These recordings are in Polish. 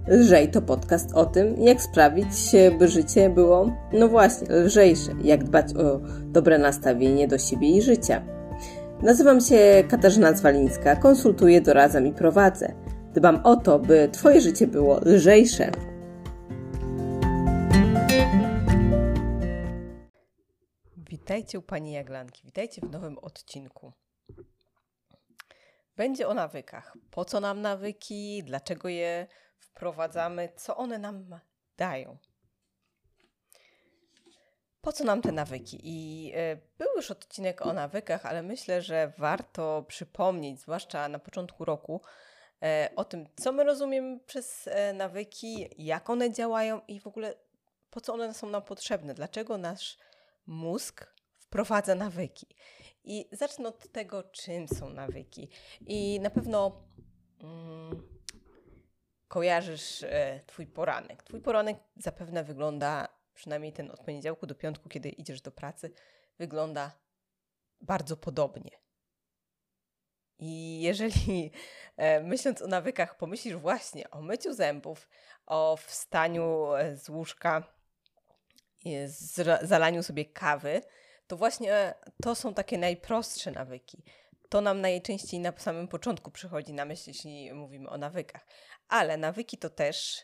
Lżej to podcast o tym, jak sprawić, by życie było, no właśnie, lżejsze. Jak dbać o dobre nastawienie do siebie i życia. Nazywam się Katarzyna Zwalińska, konsultuję, doradzam i prowadzę. Dbam o to, by Twoje życie było lżejsze. Witajcie u Pani Jaglanki, witajcie w nowym odcinku. Będzie o nawykach. Po co nam nawyki? Dlaczego je wprowadzamy? Co one nam dają? Po co nam te nawyki? I był już odcinek o nawykach, ale myślę, że warto przypomnieć, zwłaszcza na początku roku, o tym, co my rozumiemy przez nawyki, jak one działają i w ogóle po co one są nam potrzebne. Dlaczego nasz mózg wprowadza nawyki. I zacznę od tego, czym są nawyki. I na pewno kojarzysz Twój poranek. Twój poranek zapewne wygląda, przynajmniej ten od poniedziałku do piątku, kiedy idziesz do pracy, wygląda bardzo podobnie. I jeżeli myśląc o nawykach pomyślisz właśnie o myciu zębów, o wstaniu z łóżka, zalaniu sobie kawy, to właśnie to są takie najprostsze nawyki. To nam najczęściej na samym początku przychodzi na myśl, jeśli mówimy o nawykach. Ale nawyki to też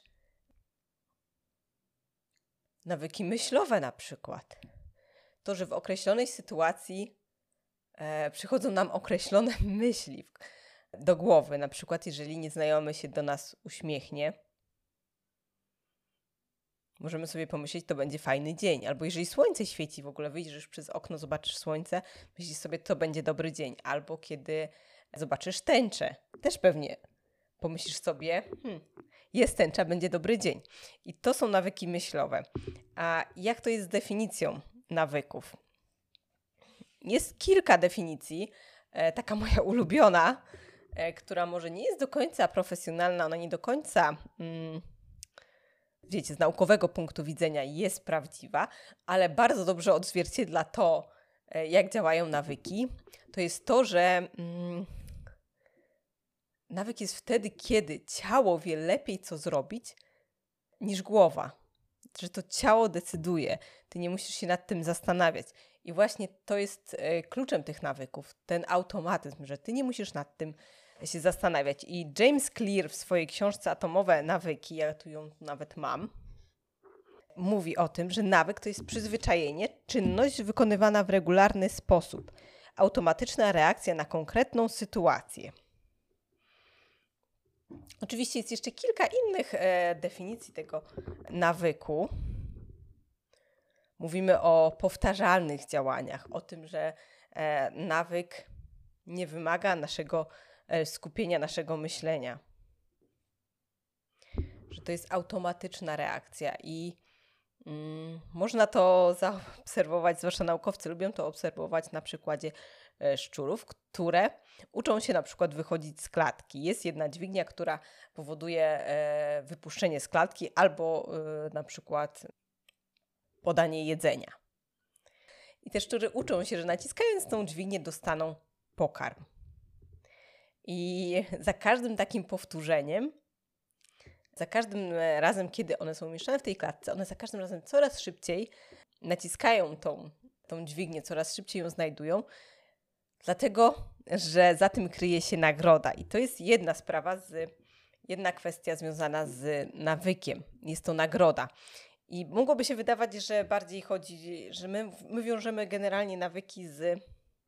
nawyki myślowe na przykład. To, że w określonej sytuacji przychodzą nam określone myśli do głowy. Na przykład jeżeli nieznajomy się do nas uśmiechnie, możemy sobie pomyśleć, to będzie fajny dzień. Albo jeżeli słońce świeci, w ogóle wyjdziesz przez okno, zobaczysz słońce, myślisz sobie, to będzie dobry dzień. Albo kiedy zobaczysz tęczę, też pewnie pomyślisz sobie, jest tęcza, będzie dobry dzień. I to są nawyki myślowe. A jak to jest z definicją nawyków? Jest kilka definicji. Taka moja ulubiona, która może nie jest do końca profesjonalna, ona nie do końca... z naukowego punktu widzenia jest prawdziwa, ale bardzo dobrze odzwierciedla to, jak działają nawyki. To jest to, że nawyk jest wtedy, kiedy ciało wie lepiej, co zrobić, niż głowa. Że to ciało decyduje. Ty nie musisz się nad tym zastanawiać. I właśnie to jest kluczem tych nawyków, ten automatyzm, że ty nie musisz nad tym się zastanawiać. I James Clear w swojej książce Atomowe nawyki, ja tu ją nawet mam, mówi o tym, że nawyk to jest przyzwyczajenie, czynność wykonywana w regularny sposób, automatyczna reakcja na konkretną sytuację. Oczywiście jest jeszcze kilka innych definicji tego nawyku. Mówimy o powtarzalnych działaniach, o tym, że nawyk nie wymaga naszego skupienia, naszego myślenia. Że to jest automatyczna reakcja i można to zaobserwować, zwłaszcza naukowcy lubią to obserwować na przykładzie szczurów, które uczą się na przykład wychodzić z klatki. Jest jedna dźwignia, która powoduje wypuszczenie z klatki albo na przykład podanie jedzenia. I te szczury uczą się, że naciskając tą dźwignię dostaną pokarm. I za każdym takim powtórzeniem, za każdym razem, kiedy one są umieszczone w tej klatce, one za każdym razem coraz szybciej naciskają tą dźwignię, coraz szybciej ją znajdują, dlatego, że za tym kryje się nagroda. I to jest jedna kwestia związana z nawykiem. Jest to nagroda. I mogłoby się wydawać, że bardziej chodzi, że my wiążemy generalnie nawyki z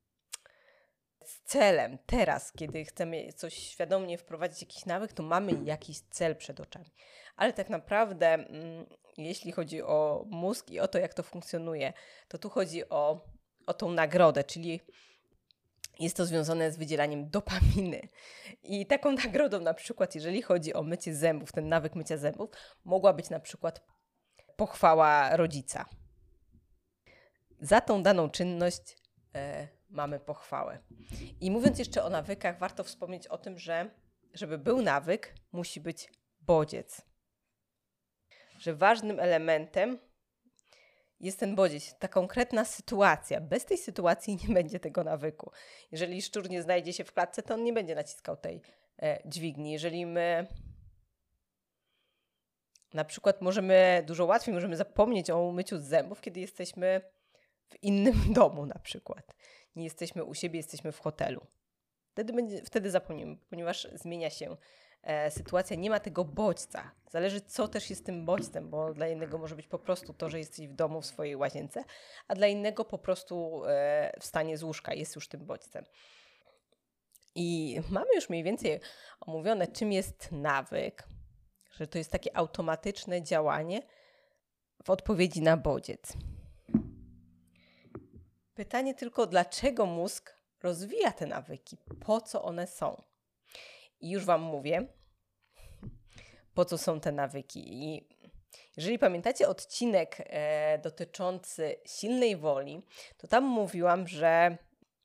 celem. Teraz, kiedy chcemy coś świadomie wprowadzić, jakiś nawyk, to mamy jakiś cel przed oczami. Ale tak naprawdę, jeśli chodzi o mózg i o to, jak to funkcjonuje, to tu chodzi o tą nagrodę, czyli jest to związane z wydzielaniem dopaminy. I taką nagrodą na przykład, jeżeli chodzi o mycie zębów, ten nawyk mycia zębów, mogła być na przykład pochwała rodzica. Za tą daną czynność mamy pochwałę. I mówiąc jeszcze o nawykach, warto wspomnieć o tym, że żeby był nawyk, musi być bodziec. Że ważnym elementem jest ten bodziec, ta konkretna sytuacja. Bez tej sytuacji nie będzie tego nawyku. Jeżeli szczur nie znajdzie się w klatce, to on nie będzie naciskał tej dźwigni. Jeżeli my Na przykład dużo łatwiej możemy zapomnieć o umyciu zębów, kiedy jesteśmy w innym domu na przykład. Nie jesteśmy u siebie, jesteśmy w hotelu. Wtedy zapomnimy, ponieważ zmienia się sytuacja, nie ma tego bodźca. Zależy, co też jest tym bodźcem, bo dla jednego może być po prostu to, że jesteś w domu w swojej łazience, a dla innego po prostu wstanie z łóżka jest już tym bodźcem. I mamy już mniej więcej omówione, czym jest nawyk, że to jest takie automatyczne działanie w odpowiedzi na bodziec. Pytanie tylko, dlaczego mózg rozwija te nawyki? Po co one są? I już Wam mówię, po co są te nawyki. I jeżeli pamiętacie odcinek dotyczący silnej woli, to tam mówiłam, że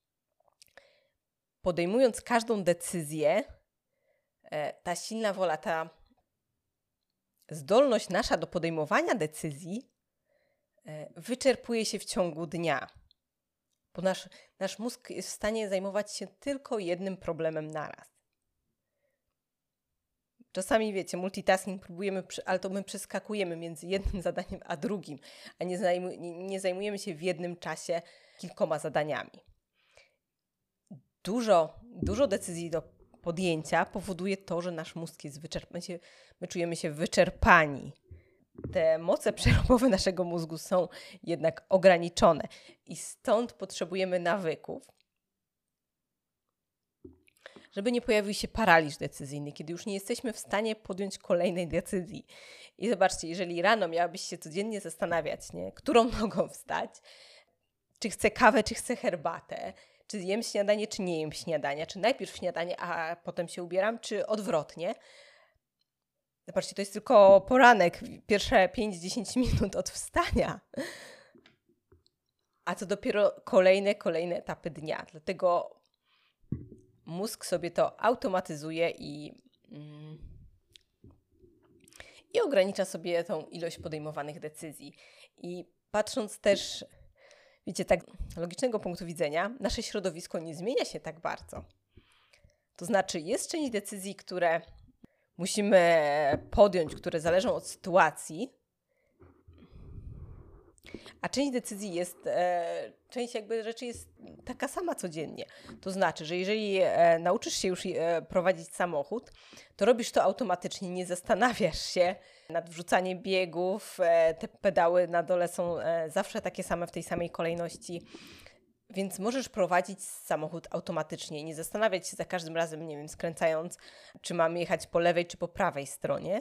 podejmując każdą decyzję, ta silna wola, ta zdolność nasza do podejmowania decyzji wyczerpuje się w ciągu dnia. Bo nasz mózg jest w stanie zajmować się tylko jednym problemem naraz. Czasami, wiecie, multitasking próbujemy, ale to my przeskakujemy między jednym zadaniem a drugim, a nie zajmujemy się w jednym czasie kilkoma zadaniami. Dużo decyzji do podjęcia powoduje to, że nasz mózg jest wyczerpany, my czujemy się wyczerpani. Te moce przerobowe naszego mózgu są jednak ograniczone i stąd potrzebujemy nawyków, żeby nie pojawił się paraliż decyzyjny, kiedy już nie jesteśmy w stanie podjąć kolejnej decyzji. I zobaczcie, jeżeli rano miałabyś się codziennie zastanawiać, nie, którą nogą wstać, czy chcę kawę, czy chcę herbatę, czy jem śniadanie, czy nie jem śniadania, czy najpierw śniadanie, a potem się ubieram, czy odwrotnie. Zobaczcie, to jest tylko poranek, pierwsze 5-10 minut od wstania. A co dopiero kolejne etapy dnia. Dlatego mózg sobie to automatyzuje i ogranicza sobie tą ilość podejmowanych decyzji. I patrząc też, wiecie, tak z logicznego punktu widzenia, nasze środowisko nie zmienia się tak bardzo. To znaczy, jest część decyzji, które musimy podjąć, które zależą od sytuacji, a część decyzji część jakby rzeczy jest taka sama codziennie. To znaczy, że jeżeli nauczysz się już prowadzić samochód, to robisz to automatycznie, nie zastanawiasz się nad wrzucaniem biegów, te pedały na dole są zawsze takie same w tej samej kolejności, więc możesz prowadzić samochód automatycznie, nie zastanawiać się za każdym razem, nie wiem, skręcając, czy mam jechać po lewej, czy po prawej stronie,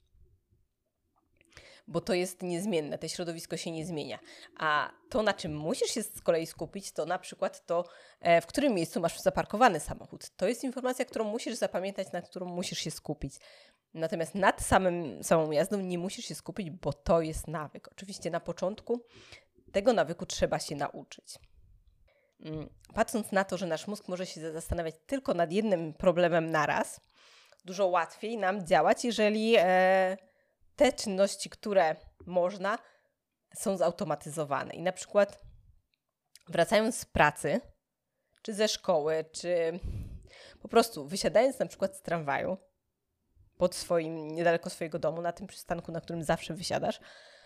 bo to jest niezmienne, to środowisko się nie zmienia. A to, na czym musisz się z kolei skupić, to na przykład to, w którym miejscu masz zaparkowany samochód. To jest informacja, którą musisz zapamiętać, na którą musisz się skupić. Natomiast nad samą jazdą nie musisz się skupić, bo to jest nawyk. Oczywiście na początku tego nawyku trzeba się nauczyć. Patrząc na to, że nasz mózg może się zastanawiać tylko nad jednym problemem naraz, dużo łatwiej nam działać, jeżeli te czynności, które można, są zautomatyzowane. I na przykład wracając z pracy, czy ze szkoły, czy po prostu wysiadając na przykład z tramwaju, niedaleko swojego domu, na tym przystanku, na którym zawsze wysiadasz,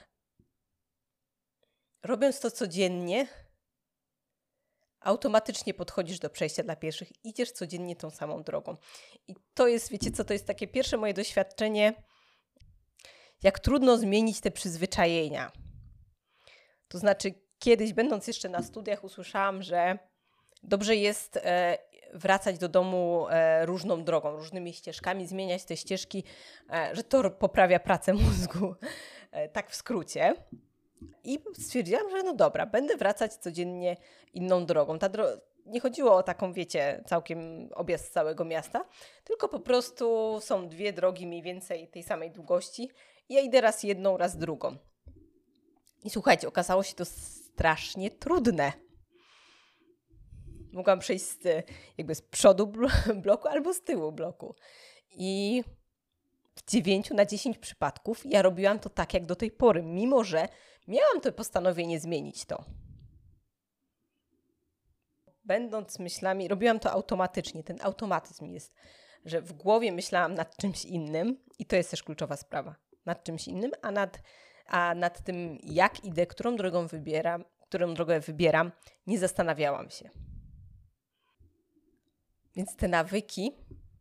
robiąc to codziennie, automatycznie podchodzisz do przejścia dla pieszych, idziesz codziennie tą samą drogą. I to jest, wiecie co, to jest takie pierwsze moje doświadczenie, jak trudno zmienić te przyzwyczajenia. To znaczy, kiedyś, będąc jeszcze na studiach, usłyszałam, że dobrze jest wracać do domu różną drogą, różnymi ścieżkami, zmieniać te ścieżki, że to poprawia pracę mózgu, tak w skrócie. I stwierdziłam, że no dobra, będę wracać codziennie inną drogą. Nie chodziło o taką, wiecie, całkiem objazd całego miasta, tylko po prostu są dwie drogi mniej więcej tej samej długości. Ja idę raz jedną, raz drugą. I słuchajcie, okazało się to strasznie trudne. Mogłam przejść z przodu bloku albo z tyłu bloku. I w 9 na 10 przypadków ja robiłam to tak jak do tej pory, mimo że miałam to postanowienie zmienić to. Będąc myślami, robiłam to automatycznie. Ten automatyzm jest, że w głowie myślałam nad czymś innym i to jest też kluczowa sprawa. nad czymś innym, a nad tym, jak idę, którą drogę wybieram, nie zastanawiałam się. Więc te nawyki,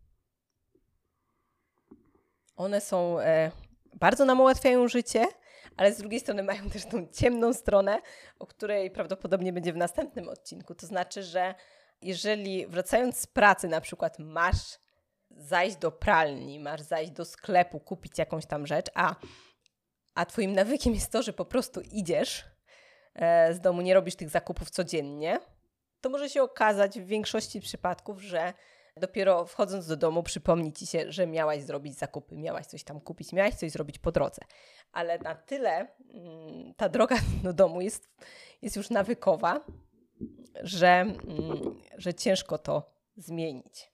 one są, bardzo nam ułatwiają życie, ale z drugiej strony mają też tą ciemną stronę, o której prawdopodobnie będzie w następnym odcinku. To znaczy, że jeżeli wracając z pracy na przykład masz zajść do pralni, masz zajść do sklepu, kupić jakąś tam rzecz, a twoim nawykiem jest to, że po prostu idziesz z domu, nie robisz tych zakupów codziennie, to może się okazać w większości przypadków, że dopiero wchodząc do domu przypomni ci się, że miałaś zrobić zakupy, miałaś coś tam kupić, miałaś coś zrobić po drodze. Ale na tyle ta droga do domu jest już nawykowa, że ciężko to zmienić.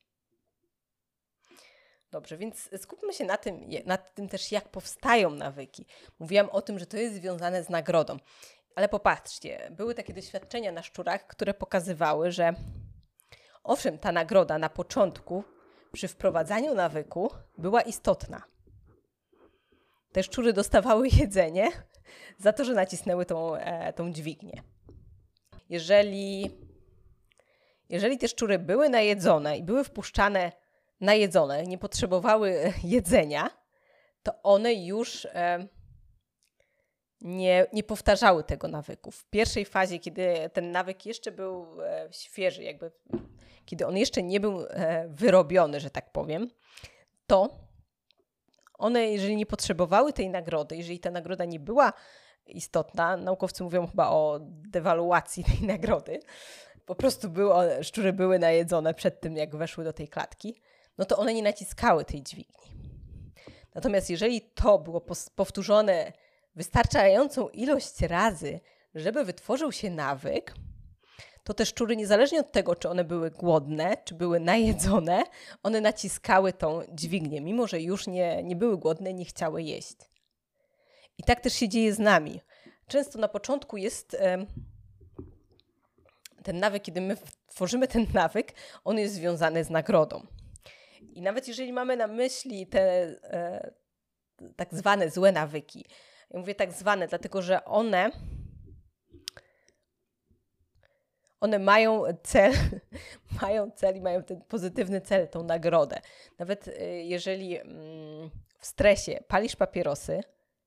Dobrze, więc skupmy się nad tym też, jak powstają nawyki. Mówiłam o tym, że to jest związane z nagrodą. Ale popatrzcie, były takie doświadczenia na szczurach, które pokazywały, że owszem, ta nagroda na początku przy wprowadzaniu nawyku była istotna. Te szczury dostawały jedzenie za to, że nacisnęły tą dźwignię. Jeżeli te szczury były najedzone i były wpuszczane najedzone, nie potrzebowały jedzenia, to one już nie powtarzały tego nawyku. W pierwszej fazie, kiedy ten nawyk jeszcze był świeży, kiedy on jeszcze nie był wyrobiony, że tak powiem, to one, jeżeli nie potrzebowały tej nagrody, jeżeli ta nagroda nie była istotna, naukowcy mówią chyba o dewaluacji tej nagrody, po prostu szczury były najedzone przed tym, jak weszły do tej klatki, no to one nie naciskały tej dźwigni. Natomiast jeżeli to było powtórzone wystarczającą ilość razy, żeby wytworzył się nawyk, to te szczury, niezależnie od tego, czy one były głodne, czy były najedzone, one naciskały tą dźwignię, mimo że już nie były głodne, nie chciały jeść. I tak też się dzieje z nami. Często na początku jest ten nawyk, kiedy my tworzymy ten nawyk, on jest związany z nagrodą. I nawet jeżeli mamy na myśli te tak zwane złe nawyki, ja mówię tak zwane, dlatego że one mają cel i mają ten pozytywny cel, tą nagrodę. Nawet jeżeli w stresie palisz papierosy,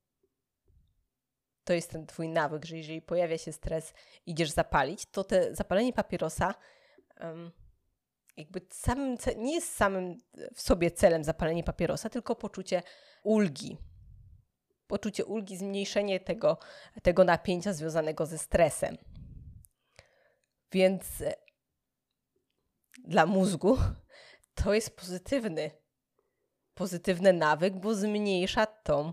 to jest ten twój nawyk, że jeżeli pojawia się stres, idziesz zapalić, to zapalenie papierosa nie jest samym w sobie celem zapalenie papierosa, tylko poczucie ulgi. Poczucie ulgi, zmniejszenie tego napięcia związanego ze stresem. Więc dla mózgu to jest pozytywny nawyk, bo zmniejsza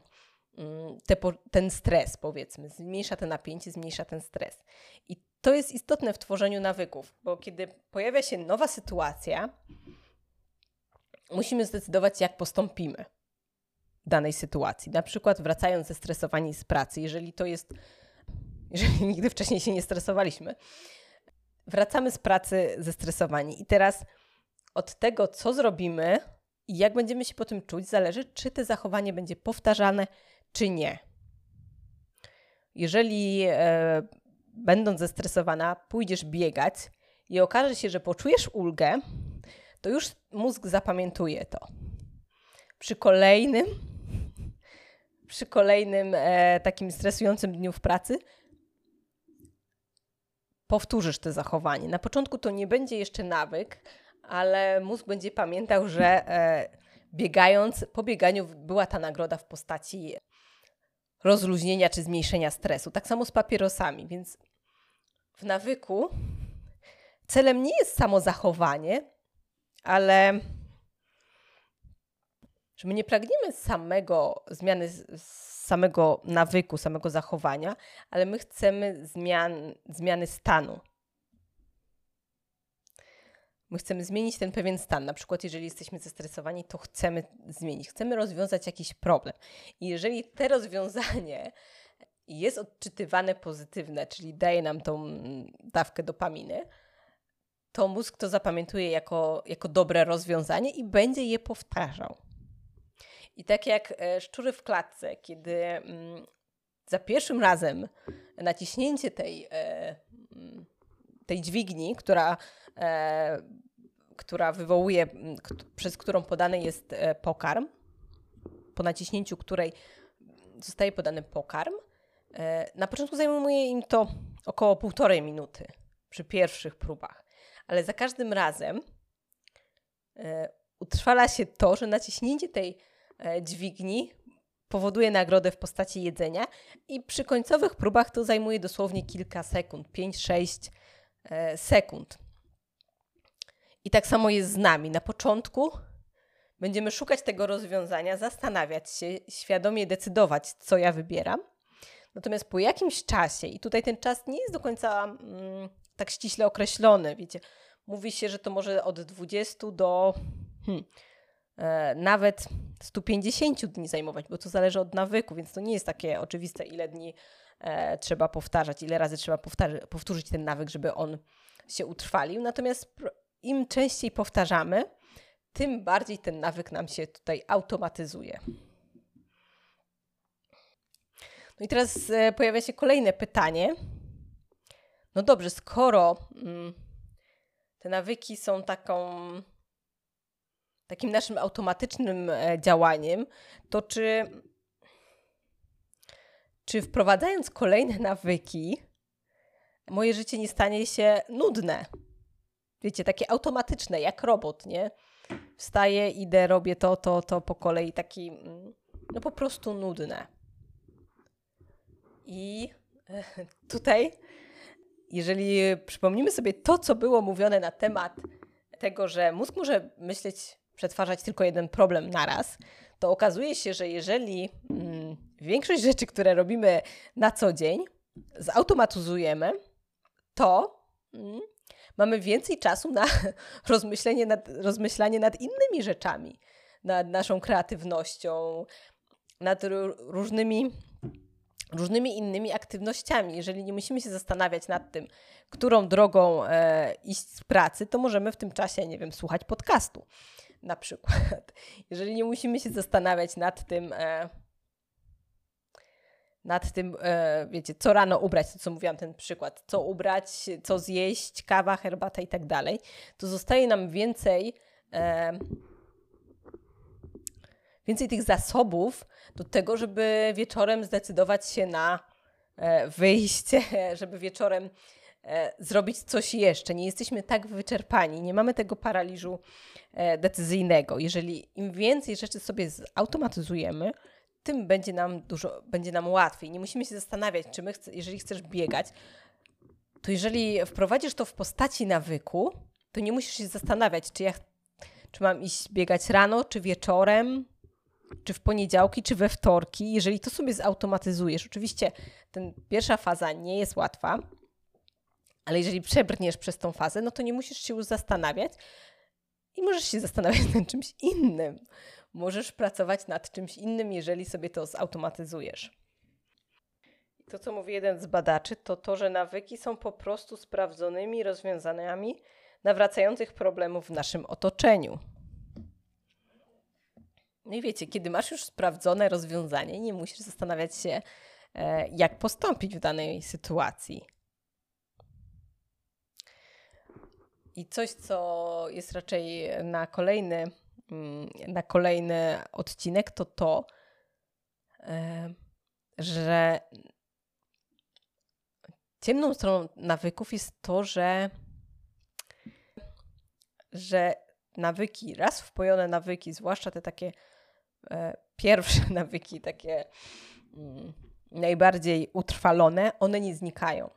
ten stres, powiedzmy. Zmniejsza to napięcie, zmniejsza ten stres. I to jest istotne w tworzeniu nawyków, bo kiedy pojawia się nowa sytuacja, musimy zdecydować, jak postąpimy w danej sytuacji. Na przykład wracając zestresowani z pracy, jeżeli nigdy wcześniej się nie stresowaliśmy, wracamy z pracy zestresowani i teraz od tego, co zrobimy i jak będziemy się po tym czuć, zależy, czy to zachowanie będzie powtarzane, czy nie. Jeżeli będąc zestresowana pójdziesz biegać i okaże się, że poczujesz ulgę, to już mózg zapamiętuje to. Przy kolejnym takim stresującym dniu w pracy powtórzysz to zachowanie. Na początku to nie będzie jeszcze nawyk, ale mózg będzie pamiętał, że po bieganiu była ta nagroda w postaci rozluźnienia czy zmniejszenia stresu. Tak samo z papierosami, więc w nawyku celem nie jest samo zachowanie, ale że my nie pragniemy samego nawyku, samego zachowania, ale my chcemy zmiany stanu. My chcemy zmienić ten pewien stan. Na przykład, jeżeli jesteśmy zestresowani, to chcemy zmienić. Chcemy rozwiązać jakiś problem. I jeżeli to rozwiązanie jest odczytywane pozytywne, czyli daje nam tą dawkę dopaminy, to mózg to zapamiętuje jako dobre rozwiązanie i będzie je powtarzał. I tak jak szczury w klatce, kiedy za pierwszym razem naciśnięcie tej dźwigni, która wywołuje, przez którą podany jest pokarm, po naciśnięciu której zostaje podany pokarm, na początku zajmuje im to około 1,5 minuty przy pierwszych próbach, ale za każdym razem utrwala się to, że naciśnięcie tej dźwigni powoduje nagrodę w postaci jedzenia i przy końcowych próbach to zajmuje dosłownie kilka sekund, 5-6 sekund. I tak samo jest z nami. Na początku będziemy szukać tego rozwiązania, zastanawiać się, świadomie decydować, co ja wybieram. Natomiast po jakimś czasie, i tutaj ten czas nie jest do końca tak ściśle określony, wiecie, mówi się, że to może od 20 do nawet 150 dni zajmować, bo to zależy od nawyku, więc to nie jest takie oczywiste, ile dni trzeba powtarzać, ile razy trzeba powtórzyć ten nawyk, żeby on się utrwalił. Natomiast im częściej powtarzamy, tym bardziej ten nawyk nam się tutaj automatyzuje. No i teraz pojawia się kolejne pytanie. No dobrze, skoro te nawyki są takim naszym automatycznym działaniem, to czy wprowadzając kolejne nawyki, moje życie nie stanie się nudne? Wiecie, takie automatyczne, jak robot, nie? Wstaję, idę, robię to po kolei, taki no po prostu nudne. I tutaj, jeżeli przypomnimy sobie to, co było mówione na temat tego, że mózg może przetwarzać tylko jeden problem naraz, to okazuje się, że jeżeli większość rzeczy, które robimy na co dzień, zautomatyzujemy, to mamy więcej czasu na rozmyślanie nad innymi rzeczami, nad naszą kreatywnością, nad różnymi innymi aktywnościami. Jeżeli nie musimy się zastanawiać nad tym, którą drogą iść z pracy, to możemy w tym czasie, nie wiem, słuchać podcastu na przykład. Jeżeli nie musimy się zastanawiać nad tym, wiecie, co rano ubrać, to co mówiłam, ten przykład, co ubrać, co zjeść, kawa, herbata i tak dalej, to zostaje nam więcej tych zasobów do tego, żeby wieczorem zdecydować się na wyjście, żeby wieczorem zrobić coś jeszcze. Nie jesteśmy tak wyczerpani, nie mamy tego paraliżu decyzyjnego. Jeżeli im więcej rzeczy sobie zautomatyzujemy, tym będzie nam łatwiej. Nie musimy się zastanawiać, jeżeli chcesz biegać, to jeżeli wprowadzisz to w postaci nawyku, to nie musisz się zastanawiać, czy mam iść biegać rano, czy wieczorem, czy w poniedziałki, czy we wtorki. Jeżeli to sobie zautomatyzujesz, oczywiście pierwsza faza nie jest łatwa, ale jeżeli przebrniesz przez tą fazę, no to nie musisz się już zastanawiać i możesz się zastanawiać nad czymś innym. Możesz pracować nad czymś innym, jeżeli sobie to zautomatyzujesz. To, co mówi jeden z badaczy, to, że nawyki są po prostu sprawdzonymi rozwiązaniami nawracających problemów w naszym otoczeniu. No i wiecie, kiedy masz już sprawdzone rozwiązanie, nie musisz zastanawiać się, jak postąpić w danej sytuacji. I coś, co jest raczej na kolejny odcinek, to, że ciemną stroną nawyków jest to, że nawyki, raz wpojone nawyki, zwłaszcza te takie pierwsze nawyki, takie najbardziej utrwalone, one nie znikają.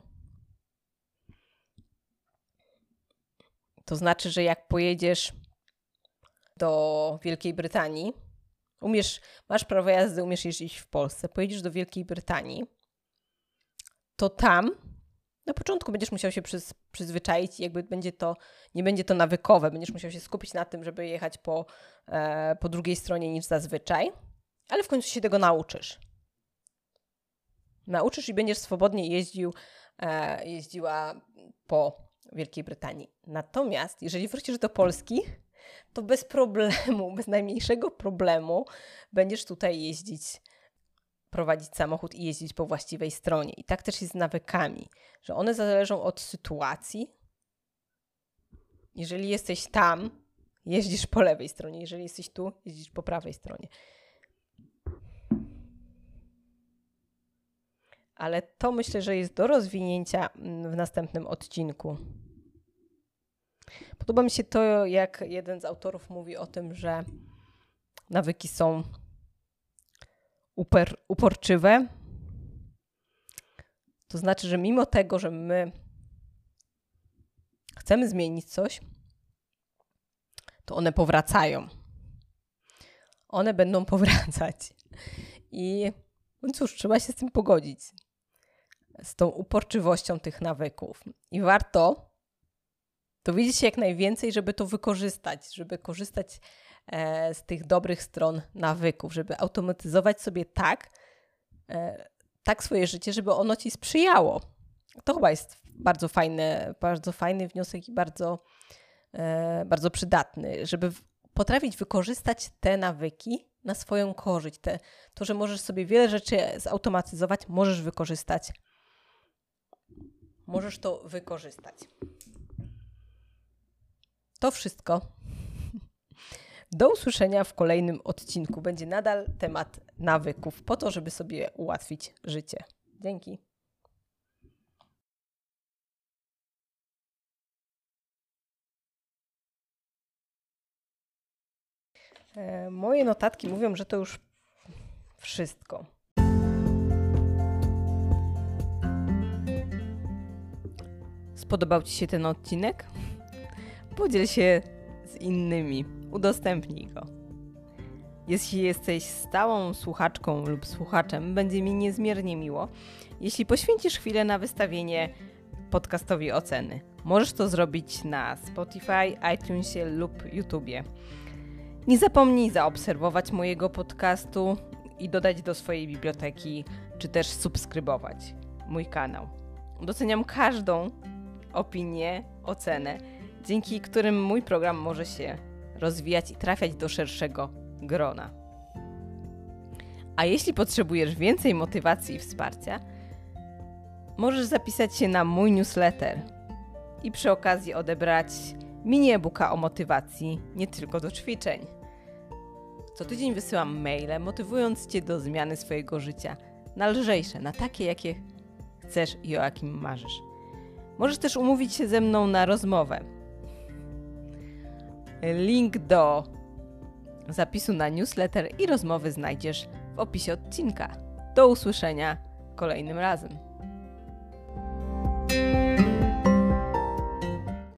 To znaczy, że jak pojedziesz do Wielkiej Brytanii, masz prawo jazdy, umiesz jeździć w Polsce, pojedziesz do Wielkiej Brytanii, to tam na początku będziesz musiał się przyzwyczaić i jakby nie będzie to nawykowe. Będziesz musiał się skupić na tym, żeby jechać po drugiej stronie niż zazwyczaj, ale w końcu się tego nauczysz. Nauczysz i będziesz swobodnie jeździła po Wielkiej Brytanii. Natomiast jeżeli wrócisz do Polski, to bez problemu, bez najmniejszego problemu będziesz tutaj jeździć, prowadzić samochód i jeździć po właściwej stronie. I tak też jest z nawykami, że one zależą od sytuacji. Jeżeli jesteś tam, jeździsz po lewej stronie. Jeżeli jesteś tu, jeździsz po prawej stronie. Ale to myślę, że jest do rozwinięcia w następnym odcinku. Podoba mi się to, jak jeden z autorów mówi o tym, że nawyki są uporczywe. To znaczy, że mimo tego, że my chcemy zmienić coś, to one powracają. One będą powracać. I no cóż, trzeba się z tym pogodzić. Z tą uporczywością tych nawyków. I warto dowiedzieć się jak najwięcej, żeby to wykorzystać. Żeby korzystać z tych dobrych stron nawyków. Żeby automatyzować sobie tak swoje życie, żeby ono ci sprzyjało. To chyba jest bardzo fajny wniosek i bardzo przydatny. Żeby potrafić wykorzystać te nawyki na swoją korzyść. To, że możesz sobie wiele rzeczy zautomatyzować, możesz wykorzystać. Możesz to wykorzystać. To wszystko. Do usłyszenia w kolejnym odcinku. Będzie nadal temat nawyków, po to, żeby sobie ułatwić życie. Dzięki. Moje notatki mówią, że to już wszystko. Spodobał Ci się ten odcinek? Podziel się z innymi. Udostępnij go. Jeśli jesteś stałą słuchaczką lub słuchaczem, będzie mi niezmiernie miło, jeśli poświęcisz chwilę na wystawienie podcastowi oceny. Możesz to zrobić na Spotify, iTunesie lub YouTubie. Nie zapomnij zaobserwować mojego podcastu i dodać do swojej biblioteki, czy też subskrybować mój kanał. Doceniam każdą opinię, ocenę, dzięki którym mój program może się rozwijać i trafiać do szerszego grona. A jeśli potrzebujesz więcej motywacji i wsparcia, możesz zapisać się na mój newsletter i przy okazji odebrać mini e-booka o motywacji, nie tylko do ćwiczeń. Co tydzień wysyłam maile, motywując Cię do zmiany swojego życia na lżejsze, na takie, jakie chcesz i o jakim marzysz. Możesz też umówić się ze mną na rozmowę. Link do zapisu na newsletter i rozmowy znajdziesz w opisie odcinka. Do usłyszenia kolejnym razem.